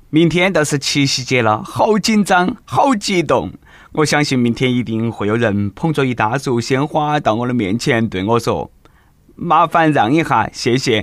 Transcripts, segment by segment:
明天就是七夕节了，好紧张，好激动。我相信明天一定会有人捧着一大束鲜花到我的面前对我说：“麻烦让一下，谢谢。”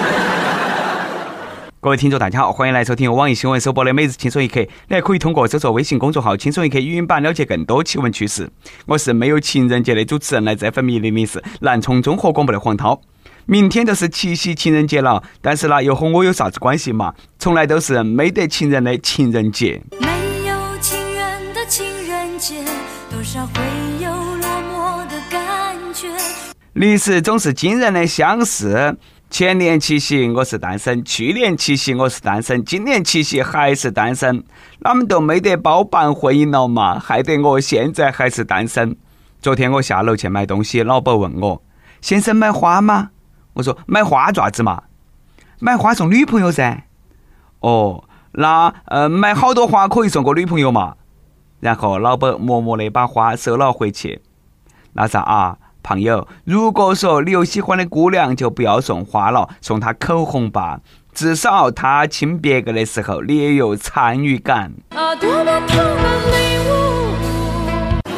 各位听众大家好，欢迎来收听网易新闻首播的每日轻松一刻，你还可以通过搜索微信公众号轻松一刻语音版了解更多奇闻趣事。我是没有情人节的主持人，来自 FM104南充综合广播的黄涛。明天就是七夕情人节了，但是呢又和我有啥子关系嘛？从来都是没得情人的情人节。 没有情人的情人节，多少会有落寞的感觉。 历史总是惊人的相似。前年七夕我是单身，去年七夕我是单身，今年七夕还是单身，他们都没得包办婚姻了嘛，害得我现在还是单身。昨天我下楼去买东西，老婆问我：“先生买花吗？”我说：“买花爪子嘛，买花送女朋友噻。”哦，那买好多花可以送个女朋友嘛？然后老婆默默地把花收了回去。那啥啊，朋友，如果说你有喜欢的姑娘，就不要送花了，送她口红吧，至少她亲别个的时候，你也有参与感。多么痛的礼物。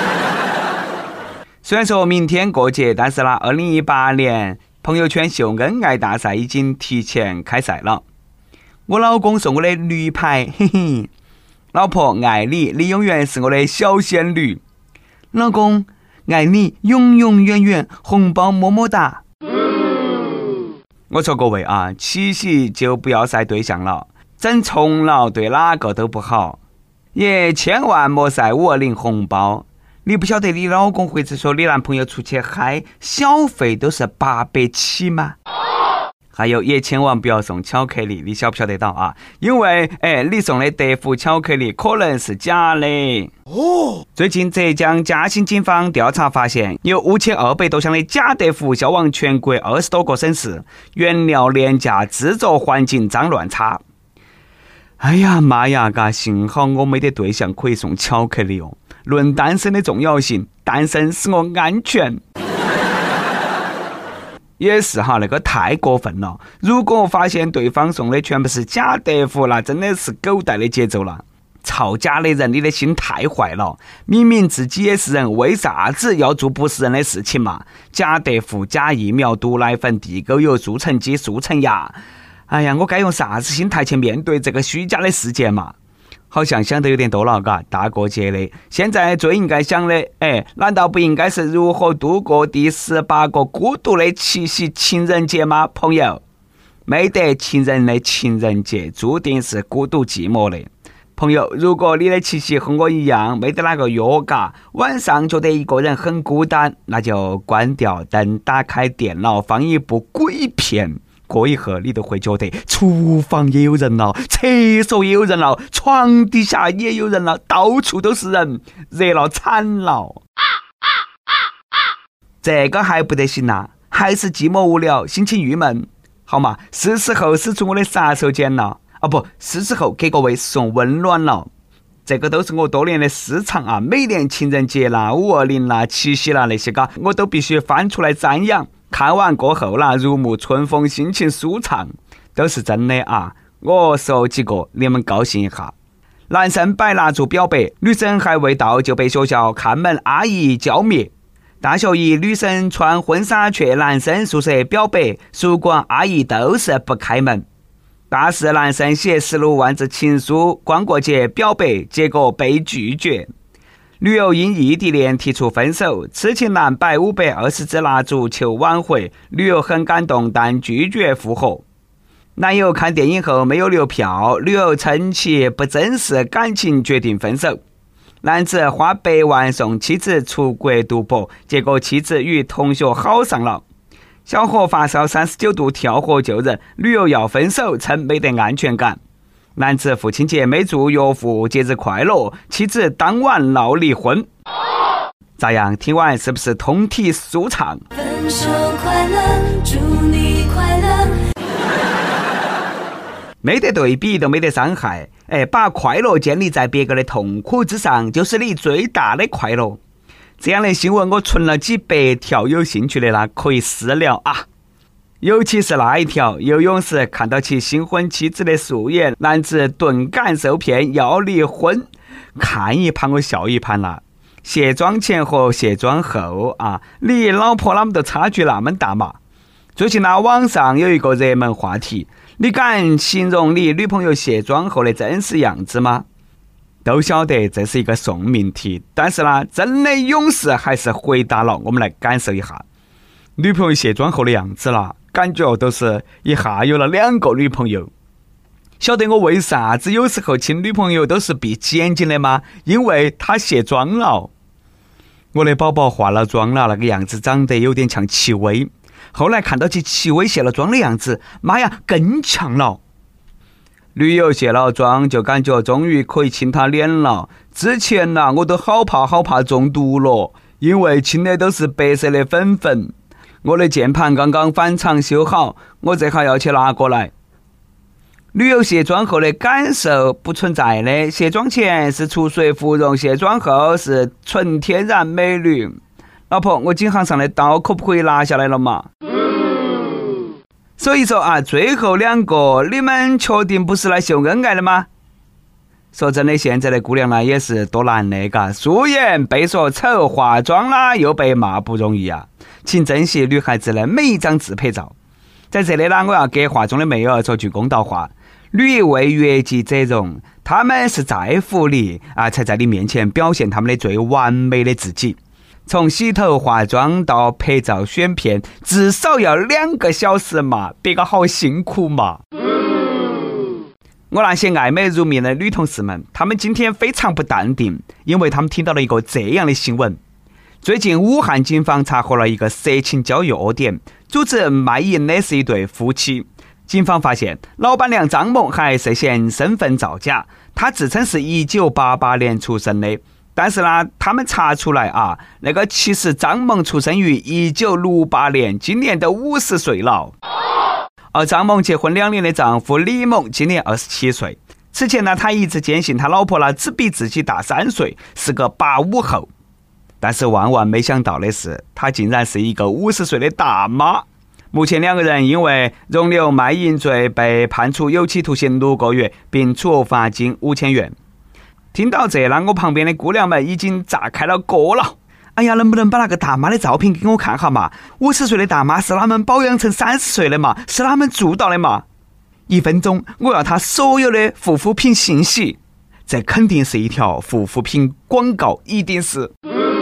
虽然说明天过节，但是呢，2018年朋友圈秀恩爱大赛已经提前开赛了。我老公送我的驴牌，嘿嘿，老婆爱你，你永远是我的小仙女。老公爱你，永永远远，红包么么哒。我说各位啊，七夕就不要晒对象了，整重了对哪个都不好，也千万莫晒520红包。你不晓得你老公或者说你男朋友出去嗨，小费都是800起吗？还有也千万不要送巧克力，你晓不晓得到啊？因为你送的德芙巧克力可能是假的。最近浙江嘉兴警方调查发现，有5200多箱的假德芙销往全国20多个省市，原料廉价，制作环境脏乱差。哎呀妈呀，幸好我没得对象可以送巧克力哦。论单身的重要性，单身使我安全。也是哈，那个太过分了。如果发现对方送的全部是假德芙，那真的是狗带的节奏了。造假的人，你的心太坏了。明明自己也是人，为啥子要做不是人的事情嘛？假德芙、假疫苗、毒奶粉、地沟油、速成鸡、速成牙。哎呀，我该用啥子心态去面对这个虚假的世界嘛？好像想得有点多了，嘎，大过节的，现在最应该想的，难道不应该是如何度过第18个孤独的七夕情人节吗？朋友，没得情人的情人节，注定是孤独寂寞的。朋友，如果你的七夕和我一样，没得哪个约，嘎，晚上觉得一个人很孤单，那就关掉灯，打开电脑，放一部鬼片。过一会儿你都会觉得厨房也有人了，厕所也有人了，床底下也有人了，到处都是人，热闹惨了。这个还不得行啊，还是寂寞无聊，心情郁闷。好嘛，是时候使出我的杀手锏了啊！不是时候给各位送温暖了。这个都是我多年的私藏啊，每年情人节啦、520啦、七夕啦那些个，我都必须翻出来瞻仰。看完过后啦，如沐春风，心情舒畅，都是真的啊！我说几个，你们高兴一下。男生摆蜡烛表白，女生还未到就被学校看门阿姨浇灭。大学一女生穿婚纱去男生宿舍表白，宿管阿姨都是不开门。大四男生写16万字情书，光过节表白，结果被拒绝。女友因异地恋提出分手，痴情男摆520支蜡烛求挽回，女友很感动但拒绝复合。男友看电影后没有留票，女友称其不珍视感情，决定分手。男子花100万送妻子出国读博，结果妻子与同学好上了。小伙发烧39度跳河救人，女友要分手，称没得安全感。男子父亲节没祝岳父节日快乐，妻子当晚闹离婚。咋样？听完是不是通体舒畅？ 分手快乐，祝你快乐。 没得对比都没得伤害，把快乐建立在别个的痛苦之上，就是你最大的快乐。这样的新闻我存了几百条，有兴趣的啦可以私聊啊。 尤其是那一条，游泳时看到其新婚妻子的素颜，男子顿感受骗要离婚，看一盘我笑一盘了。卸妆前和卸妆后啊，你老婆哪么都差距那么大嘛？最近网上有一个热门话题，你敢形容你女朋友卸妆后的真实样子吗？都晓得这是一个送命题，但是真的勇士还是回答了。我们来感受一下女朋友卸妆后的样子啦，感觉都是一下有了2个女朋友。晓得我为啥子有时候亲女朋友都是闭起眼睛的吗？因为她卸妆了。我的宝宝化了妆了，那个样子长得有点像戚薇，后来看到其戚薇卸了妆的样子，妈呀，更像了。女友卸了妆就感觉终于可以亲她脸了，之前我都好怕中毒了，因为亲的都是白色的粉粉。我的键盘刚刚返厂修好，我这下要去拿过来。女友卸妆后的感受不存在的，卸妆前是出水芙蓉，卸妆后是纯天然美女。老婆，我颈项上的刀可不可以拿下来了嘛？所以说最后2个你们确定不是来秀恩爱的吗？说真的，现在的姑娘也是多难的嘎，素颜被说丑，化妆又被骂不容易啊，请珍惜女孩子的每一张自拍照。在这里我要给化妆的妹儿说句公道话，女为悦己者容，他们是在乎你才在你面前表现他们的最完美的自己。从洗头化妆到拍照选片，至少要2个小时嘛，别个好辛苦嘛。我那些爱美如命的女同事们，她们今天非常不淡定，因为她们听到了一个这样的新闻。最近武汉警方查获了一个色情交易窝点，组织卖淫的是一对夫妻。警方发现老板娘张某还涉嫌身份造假，她自称是1988年出生的，但是他们查出来那个其实张某出生于1968年，今年都50岁了。而张某结婚2年的丈夫李某今年27岁。此前他一直坚信他老婆只比自己大3岁，是个85后。但是万万没想到的是，她竟然是一个50岁的大妈。目前2个人因为容留卖淫罪被判处有期徒刑6个月，并处罚金5000元。听到这我旁边的姑娘们已经炸开了锅了。哎呀，能不能把那个大妈的照片给我看下嘛？50岁的大妈是他们保养成30岁的嘛？是他们做到的嘛？1分钟我要她所有的护肤品信息，这肯定是一条护肤品广告，一定是。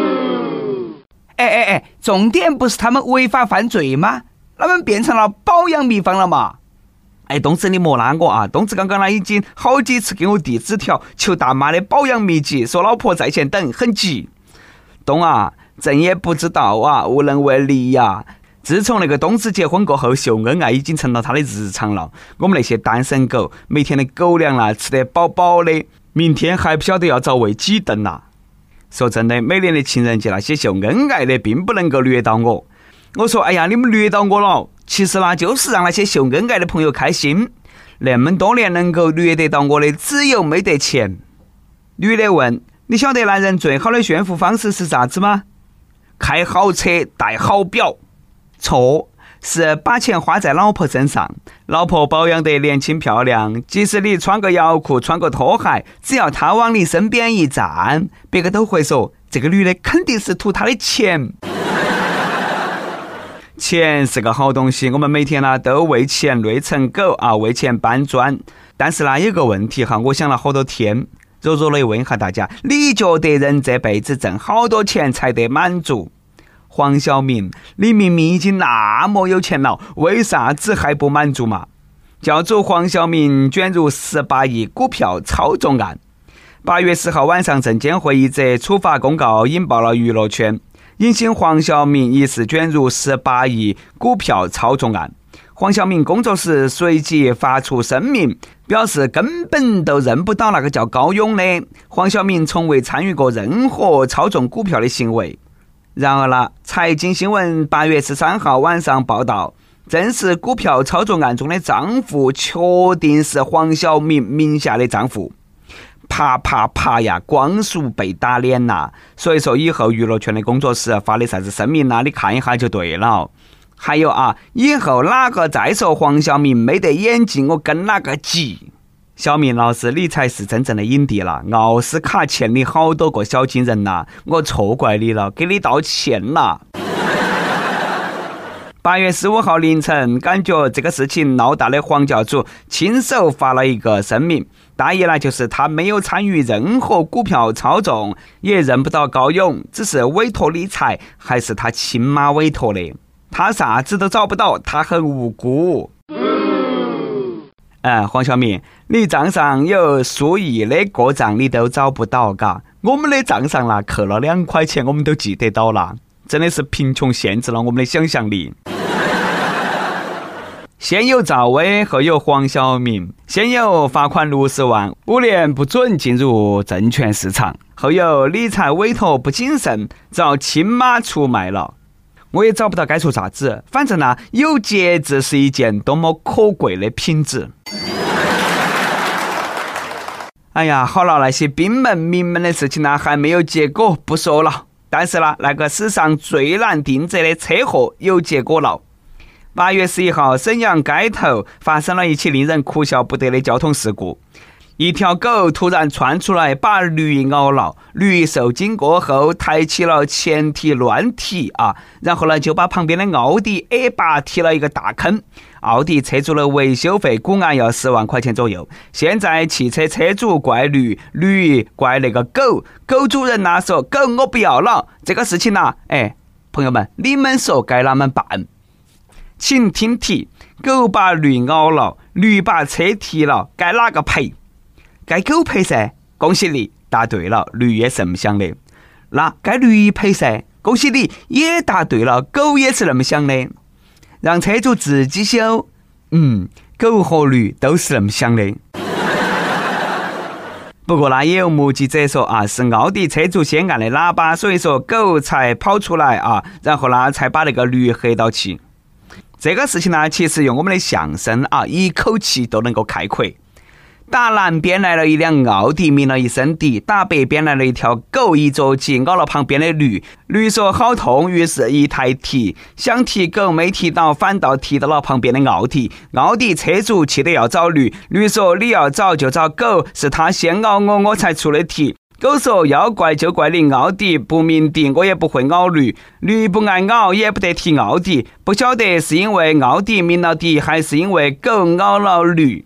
重点不是他们违法犯罪吗？他们变成了保养秘方了嘛？东子你莫拉我东子刚刚已经好几次给我递纸条，求大妈的保养秘籍，说老婆在线等，很急。东朕也不知道无能为力呀。自从那个冬子结婚过后，秀恩爱已经成了他的日常了。我们那些单身狗每天的狗粮吃得饱饱的，明天还不晓得要遭喂几顿呐。说真的，每年的情人节那些秀恩爱的并不能够虐到我。我说哎呀，你们虐到我了，其实就是让那些秀恩爱的朋友开心。那么多年能够虐得到我的只有没得钱。女的问，你晓得男人最好的炫富方式是啥子吗？开好车，戴好表。错，是把钱花在老婆身上。老婆保养得年轻漂亮，即使你穿个摇裤穿个拖鞋，只要她往你身边一站，别个都会说这个女的肯定是图她的钱。钱是个好东西，我们每天都为钱累成狗为钱搬砖。但是有个问题我想了好多天，柔柔的问一下大家，你觉得人这辈子挣好多钱才得满足？黄晓明，你明明已经那么有钱了，为啥子还不满足嘛？教主黄晓明卷入18亿股票操纵案。8月10号晚上，证监会一则处罚公告引爆了娱乐圈。影星黄晓明疑似卷入18亿股票操纵案。黄晓明工作室随即发出声明，表示根本都认不到那个叫高勇的。黄晓明从未参与过任何操纵股票的行为。然而财经新闻8月13号晚上报道，正是股票操纵案中的账户确定是黄晓明名下的账户。啪呀，光速被打脸呐！所以说以后娱乐圈的工作室发的啥子声明你看一下就对了。 还有啊，以后哪个再说黄晓明没得演技，我跟哪个急。小明老师，你才是真正的影帝了，奥斯卡欠你好多个小金人呐，我错怪你了，给你道歉了。8月15号凌晨，感觉这个事情闹大的黄教主亲手发了一个声明，大意呢就是他没有参与任何股票操纵，也认不到高勇，只是委托理财，还是他亲妈委托的，他啥子都找不到，他很无辜。黄晓明，你账上有数亿的过账你都找不到嘎，我们的账上啦扣了2块钱我们都记得到了，真的是贫穷限制了我们的想象力。先有赵薇，后有黄晓明，先有罚款60万，5年不准进入证券市场，后有理财委托不谨慎遭亲妈出卖了。我也找不到该说啥子，反正呢，有节制是一件多么可贵的品质。哎呀，好了，那些冰门明门的事情呢，还没有结果，不说了。但是呢，那个史上最难定责的车祸有结果了。8月11号，沈阳街头发生了一起令人哭笑不得的交通事故。一条狗突然窜出来把驴咬了，驴受惊过后抬起了前蹄乱踢然后呢就把旁边的奥迪 A8 踢了一个大坑。奥迪车主的维修费估按要10万块钱左右。现在汽车车主怪驴，驴怪那个狗，狗主人说狗我不要了。这个事情朋友们，你们说该哪么办？请听题：狗把驴咬了，驴把车踢了，该哪个赔？该狗赔噻，恭喜你答对了，驴也是这么想的。那该驴赔噻，恭喜你也答对了，狗也是这么想的。让车主自己修，狗和驴都是这么想的。不过呢，也有目击者说是奥迪车主先按的喇叭，所以说狗才跑出来然后呢才把那个驴黑到起。这个事情呢，其实用我们的相声一口气都能够概括。打南边来了一辆奥迪，鸣了一声笛；打北边来了一条狗，一着急咬了旁边的驴。驴说好痛，于是一抬踢，想踢狗没踢到，反倒踢到了旁边的奥迪。奥迪车主气得要找驴，驴说你要找就找狗，是他先咬我才出的题。狗说要怪就怪你奥迪不鸣笛，我也不会咬驴，驴不爱咬也不得踢奥迪，不晓得是因为奥迪鸣了笛，还是因为狗咬了驴。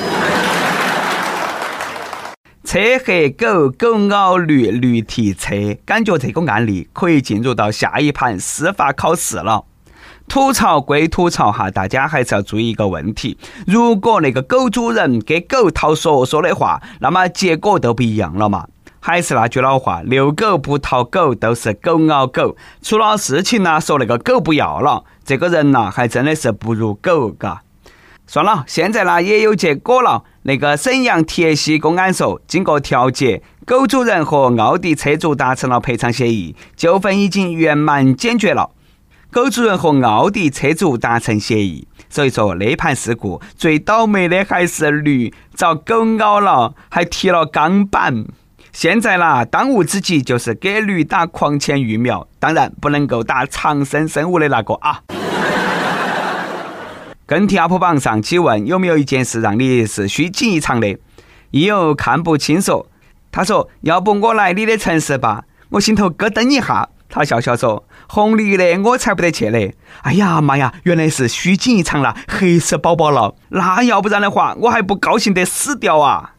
车黑狗，狗咬驴，驴踢车，感觉这个案例可以进入到下一盘司法考试了。吐槽归吐槽大家还是要注意一个问题，如果那个狗主人给狗讨说的话，那么结果都不一样了嘛。还是那句老话，遛狗不讨狗，都是狗咬狗。出了事情说那个狗不要了，这个人还真的是不如狗嘎。算了，现在也有结果了。那个沈阳铁西公安说，经过调解，狗主人和奥迪车主达成了赔偿协议，纠纷已经圆满解决了。狗主人和奥迪车主达成协议，所以说那盘事故最倒霉的还是驴，遭狗咬了，还踢了钢板。现在当务之急就是给驴打狂犬疫苗，当然不能够打长生生物的那个跟帖 UP 榜上期问，有没有一件事让你是虚惊一场的？亦有看不清说，他说要不我来你的城市吧，我心头咯噔一下。他笑笑说，红绿的我才不得去嘞。哎呀妈呀，原来是虚惊一场了，黑死宝宝了。那要不然的话，我还不高兴得死掉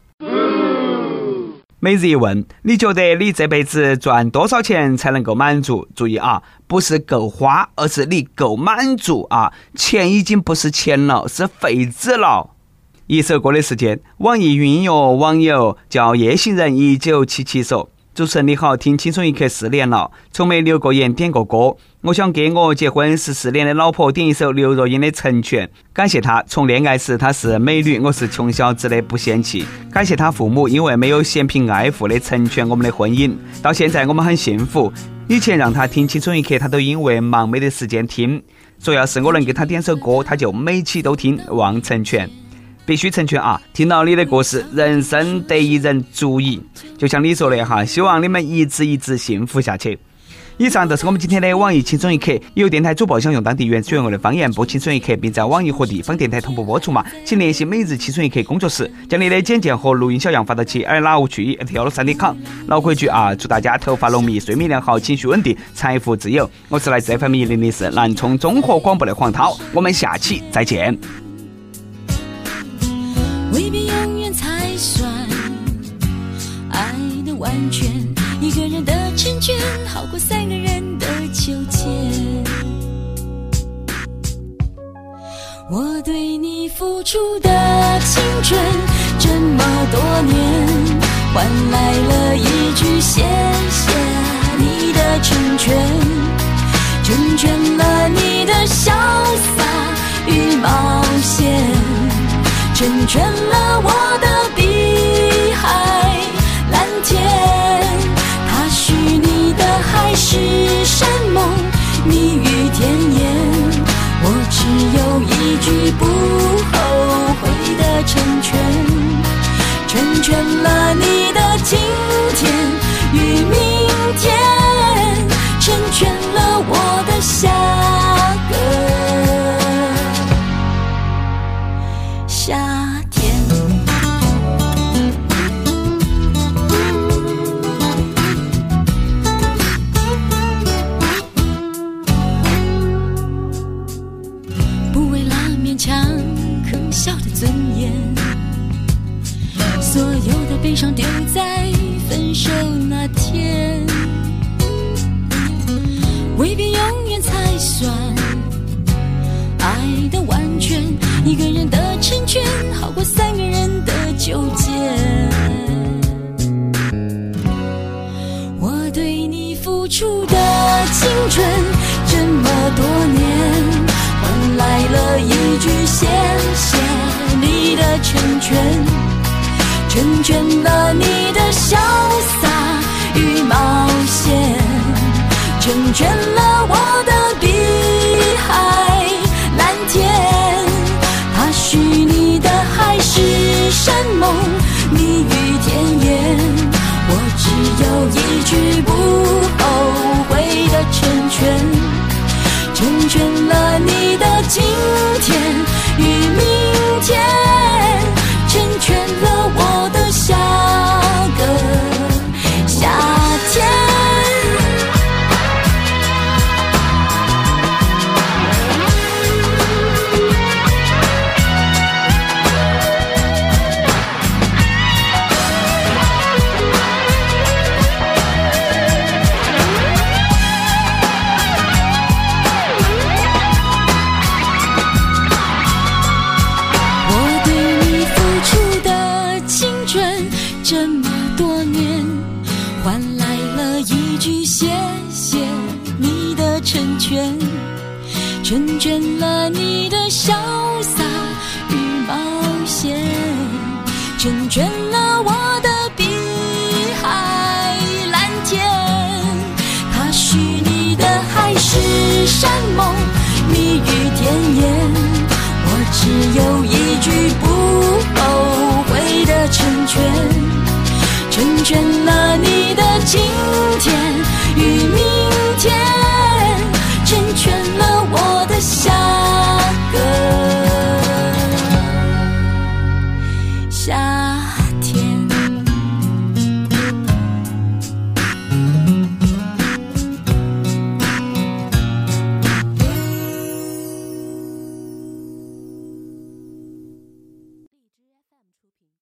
每日一问，你觉得你这辈子赚多少钱才能够满足？注意不是够花，而是你够满足钱已经不是钱了，是废纸了。一首歌的时间，网易云音乐网友叫夜行人1977说，主持人你好，听轻松一刻4年了，从没留过言点过歌，我想给我结婚14年的老婆点一首刘若英的《成全》，感谢她从恋爱时她是美女，我是穷小子的不嫌弃，感谢她父母因为没有嫌贫爱富的成全我们的婚姻，到现在我们很幸福。以前让她听轻松一刻，她都因为忙没得时间听，说要是我能给她点首歌，她就每期都听，望成全。必须成全听到你的故事，人生得一人足矣。就像你说的希望你们一直幸福下去。 以上就是我们今天的网易轻松一刻，由电台主播想用当地原汁原味的方言播轻松一刻，并在网易和地方电台同步播出嘛？请联系每日轻松一刻工作室，将你的简介和录音小样发到其295去163.com。老规矩啊，祝大家头发浓密，睡眠良好，情绪稳定，财富自由。我是来自 FM 104南充综合广播的黄涛，我们下期再见。 未必永远才算爱的完全，一个人的成全好过三个人的纠结。我对你付出的青春这么多年，换来了一句谢谢你的成全，成全了你的潇洒与冒险，成全了我的碧海蓝天。他许你的海誓山盟，蜜语甜言，我只有一句不后悔的成全，成全了你的今天与明天，成全了我的下个夏天。不为了勉强可笑的尊严，所有的悲伤丢在分手那天，未必永远才算爱的完全，一个人的成全好过三个人的纠结。我对你付出的青春这么多年，换来了一句谢谢你的成全，成全了你的潇洒与冒险，成全了我的碧海蓝天。他许你的海誓山盟，蜜语甜言，我只有一句不后悔的成全，成全了你的今天与明天，成全了我的下个夏天。这么多年，换来了一句谢谢你的成全，成全了你的潇洒与冒险，成全了我的碧海蓝天。他许你的海誓山盟，蜜语甜言，我只有一句不后悔的成全，成全了你的今天与明天，成全了我的下个夏